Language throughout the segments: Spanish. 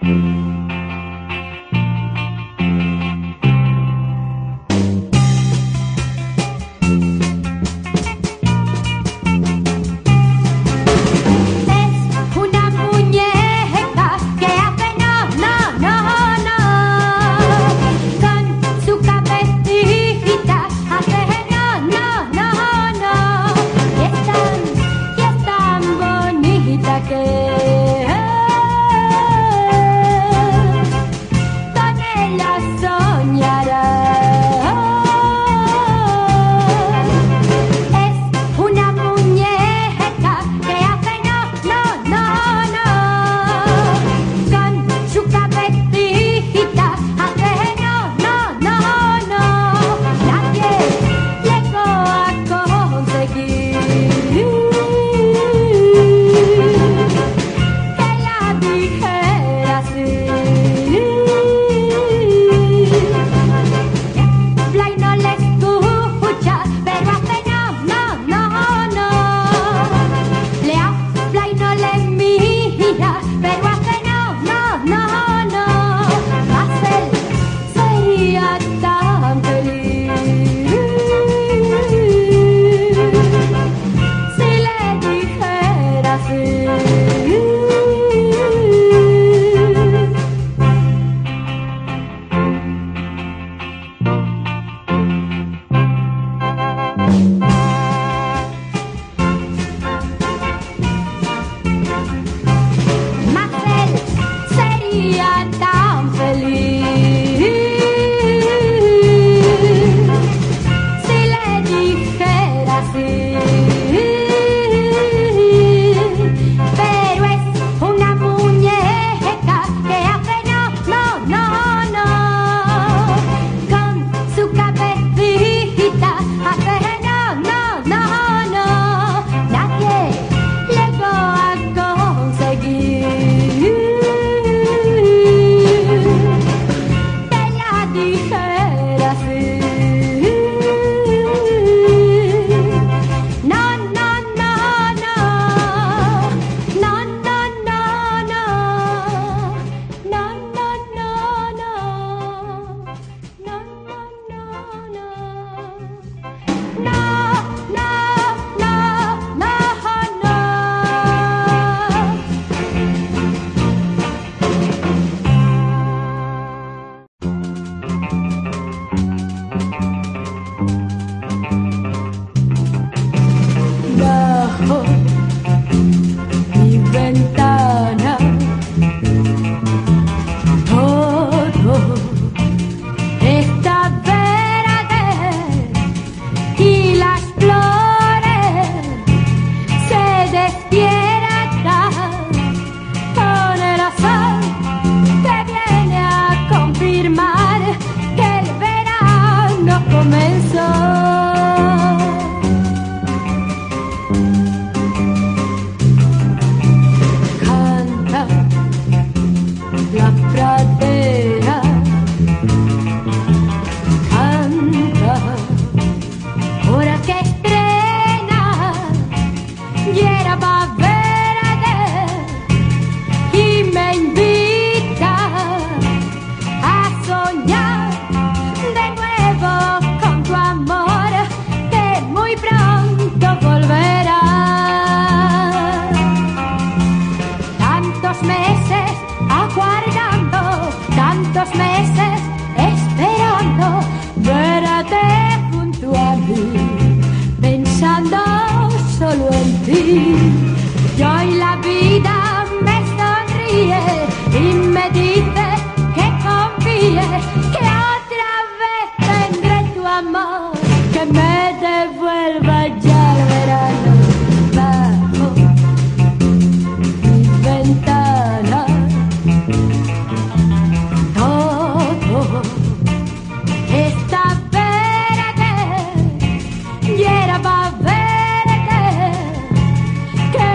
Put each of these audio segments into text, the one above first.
Que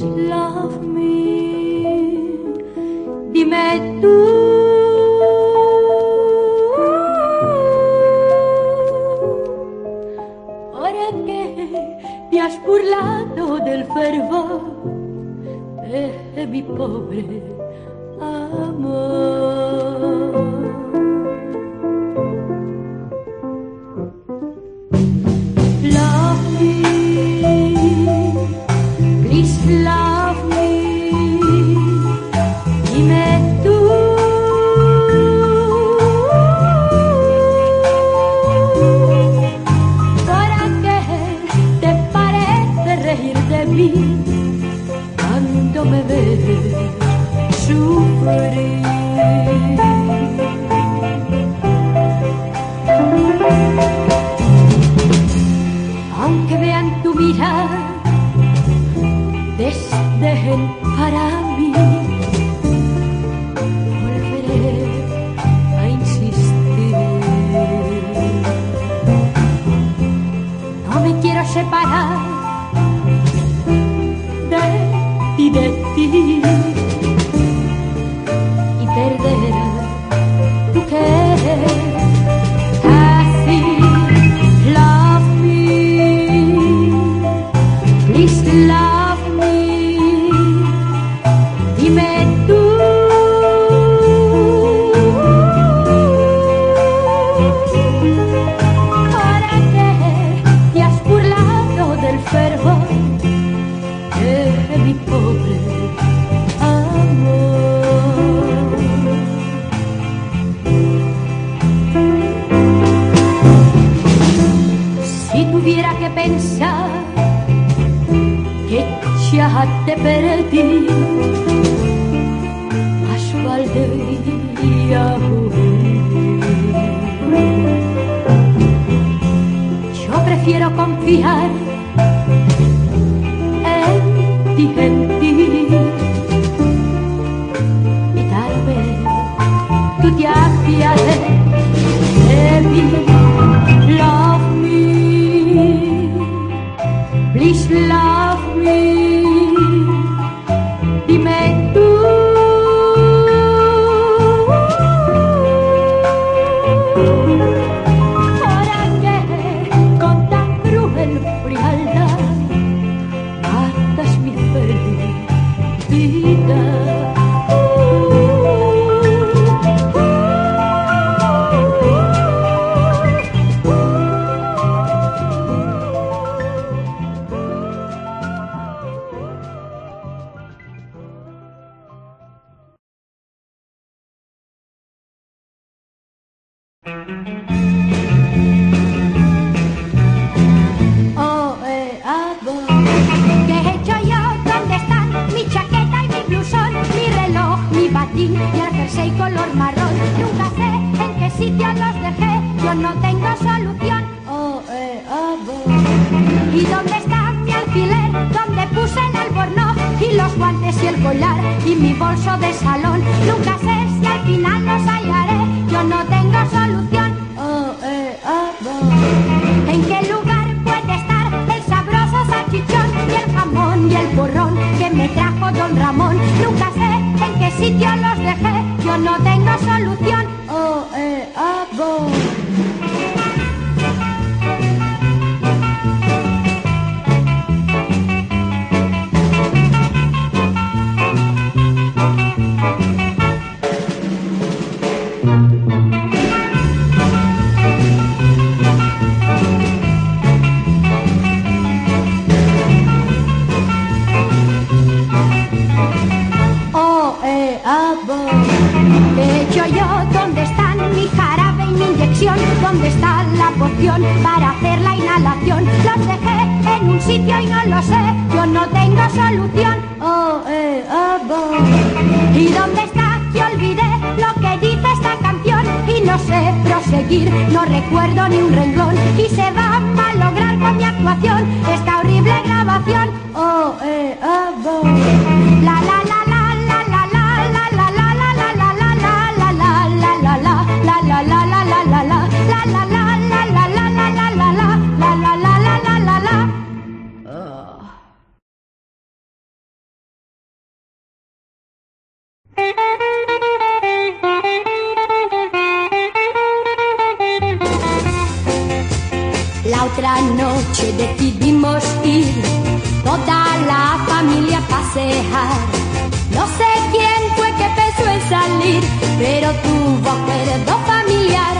love me. Dime tú, ¿ahora qué te has burlado del fervor de mi pobre amor? Love me, please love me. Dime tú, ¿para qué te parece reír de mí cuando me ves sufrir? Aunque vean tu mirar, desdén para mí, volveré a insistir. No me quiero separar de ti y perder tu querer. Así, love me, please love me. Dime tú, ¿para qué te has burlado del fervor de mi pobre amor? Si tuviera que pensar que ya te perdí, más valdría morir. Yo prefiero confiar en ti, y tal vez tú te apiades de mí. Love me, please love me. Dime tú, ¿para qué con tan cruel frialdad matas mi felicidad? ¿Qué he hecho yo? ¿Dónde están mi chaqueta y mi blusón, mi reloj, mi batín y el jersey color marrón? Nunca sé en qué sitio los dejé, yo no tengo solución. ¿Y dónde está mi alfiler? ¿Dónde puse el albornoz y los guantes y el collar y mi bolso de salón? Nunca sé si al final los hallaré, yo no tengo solución. ¿En qué lugar puede estar el sabroso salchichón y el jamón y el porrón que me trajo don Ramón? Nunca sé en qué sitio los dejé, yo no tengo solución. ¿Qué he hecho yo? ¿Dónde están mi jarabe y mi inyección? ¿Dónde está la poción para hacer la inhalación? Los dejé en un sitio y no lo sé, yo no tengo solución. ¿Y dónde está? Que olvidé lo que dice esta canción y no sé proseguir, no recuerdo ni un renglón y se va a malograr con mi actuación esta horrible grabación. La la la la la la la la la la la la la la la la la la la la. noche decidimos ir toda la familia a pasear. No sé quién fue que pensó en salir, pero tuvo acuerdo familiar.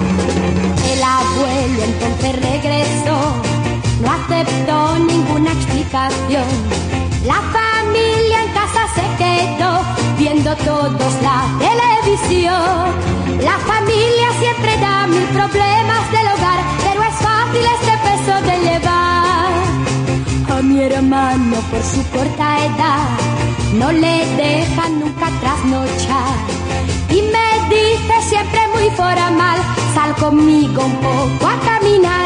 El abuelo entonces regresó, no aceptó ninguna explicación. La familia en casa se quedó, viendo todos la televisión. La familia siempre da mil problemas del hogar, pero es fácil este peso de llevar. A mi hermano por su corta edad no le dejan nunca trasnochar, y me dice siempre muy formal: sal conmigo un poco a caminar.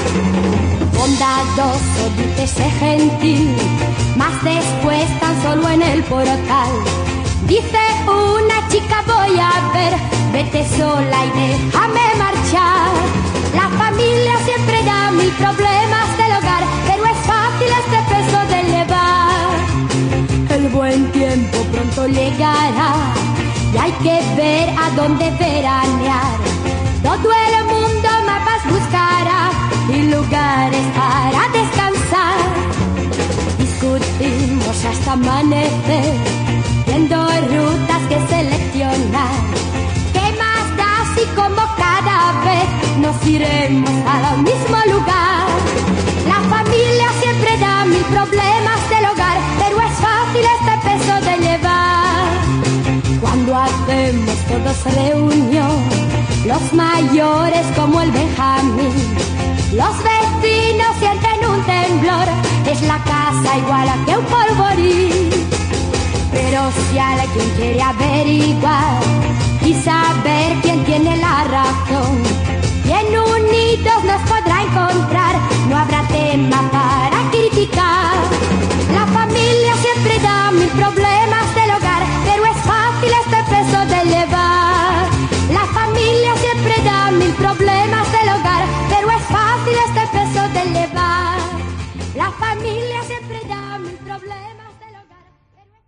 Bondadoso, dice gentil, mas después tan solo en el portal dice una chica: voy a ver, vete sola y déjame marchar. La familia siempre da mil problemas del hogar, pero es fácil este peso de llevar. El buen tiempo pronto llegará y hay que ver a dónde veranear. Todo el mundo mapas buscará y lugares para descansar. Discutimos hasta amanecer, viendo rutas que seleccionar. ¿Qué más da si como cada vez nos iremos al mismo lugar? La familia siempre da mil problemas del hogar, pero es fácil este peso de llevar. Cuando hacemos todos reunión, los mayores como el Benjamín, los vecinos sienten un temblor, es la casa igual que un polvorín. Pero si alguien quiere averiguar y saber quién tiene la razón, bien unidos nos podrá encontrar, no habrá tema para criticar. La familia siempre da mil problemas del hogar, pero es fácil este peso de llevar. La familia siempre da mil problemas del hogar, pero es fácil este peso de llevar. La familia siempre da mil problemas del hogar, pero es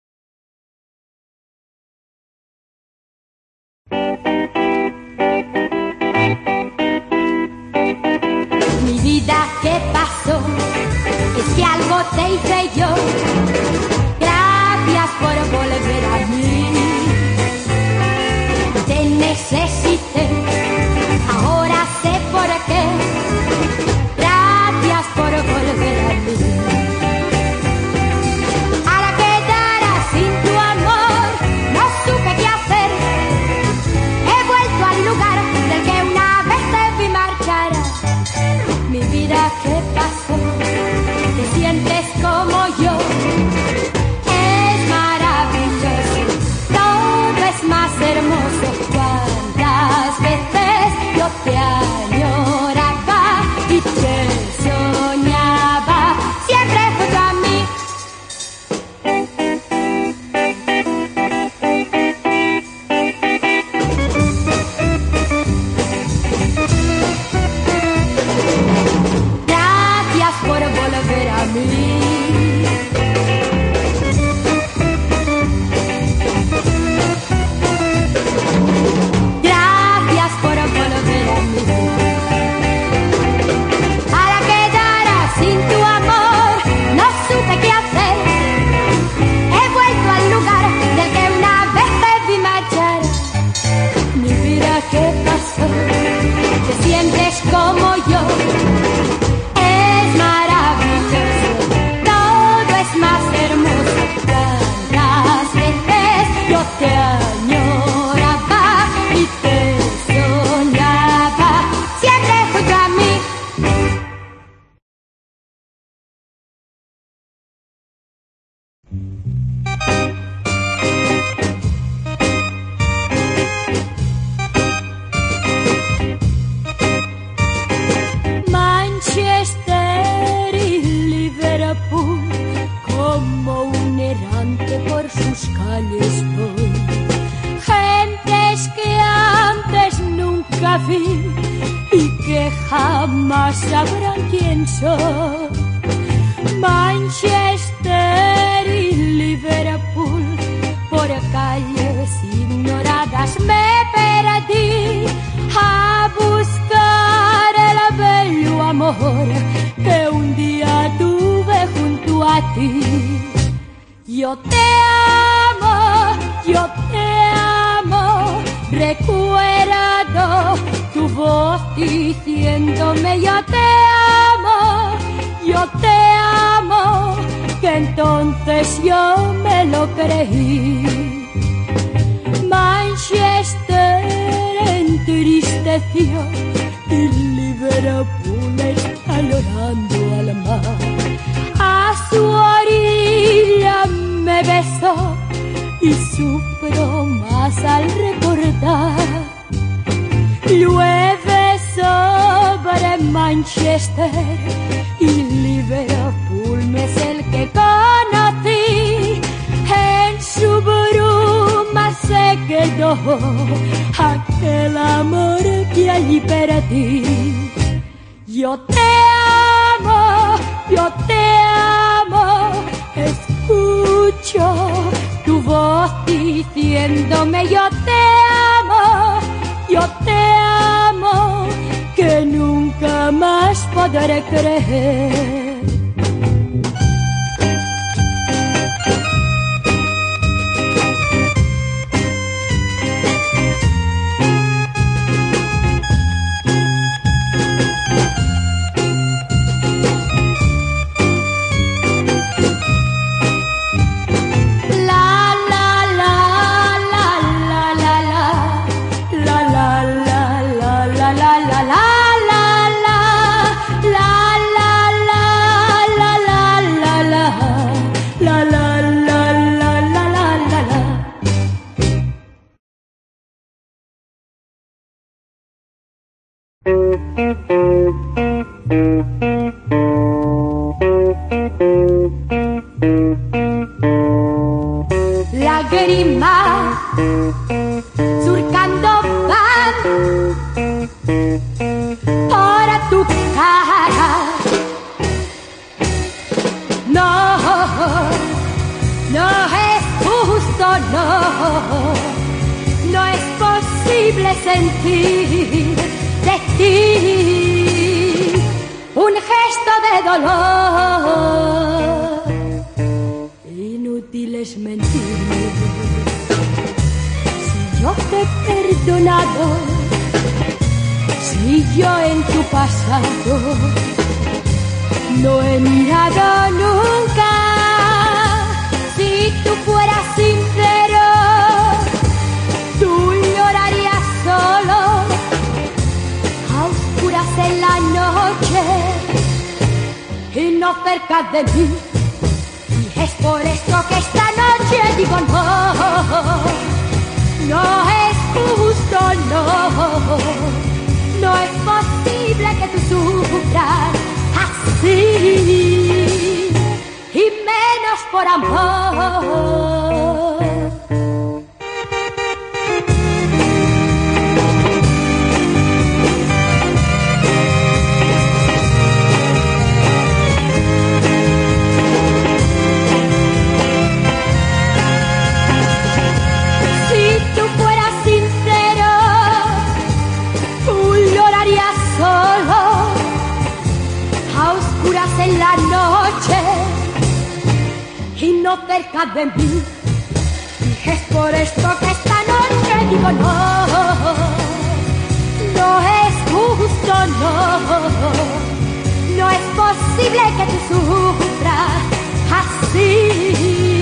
fácil. Mi vida, ¿qué pasó? Es que algo te hice yo. Gracias por volver a mí. Te necesité, ahora sé por qué. Gracias por volver a mí. Al quedar sin tu amor, no supe qué hacer. He vuelto al lugar del que una vez te vi marchar. Mi vida, ¿qué pasó? ¿Te sientes como yo? Es maravilloso, todo es más hermoso. Cuántas veces yo te añoraba y te soñaba, siempre junto a mí. Gracias por volver a mí. Gracias por volver a mí. Al quedar sin tu amor, no supe qué hacer. He vuelto al lugar del que una vez te vi marchar. Mi vida, ¿qué pasó? ¿Te sientes como yo? Es maravilloso, todo es más hermoso. Cuántas veces yo te añoraba y te soñaba, siempre junto a mí. Manchester y Liverpool, como un errante por sus calles voy. Gentes que antes nunca vi y que jamás sabrán quién soy. Manchester y Liverpool, por calles ignoradas me perdí a buscar el bello amor Yo te amo, recuerdo tu voz diciéndome yo te amo, que entonces yo me lo creí. Manchester entristeció y Liverpool está llorando al mar. A su orilla me besó y sufro más al recordar. Llueve sobre Manchester y Liverpool no es el que conocí. En su bruma se quedó aquel amor que allí perdí. Yo te amo, escucho tu voz diciéndome yo te amo, que nunca más podré creer. Lágrimas surcando van por tu cara. No, no es justo, no es posible sentir de ti un gesto de dolor. Inútil es mentirme, si yo te he perdonado, si yo en tu pasado no he mirado nunca. Si tú fueras sincero, tú llorarías solo a oscuras en la noche y no cerca de mí. Es por esto que esta noche digo no es justo, no es posible que tú sufras así, y menos por amor. En la noche y no cerca de mí, y es por esto que esta noche digo no es justo, no es posible que tú sufras así.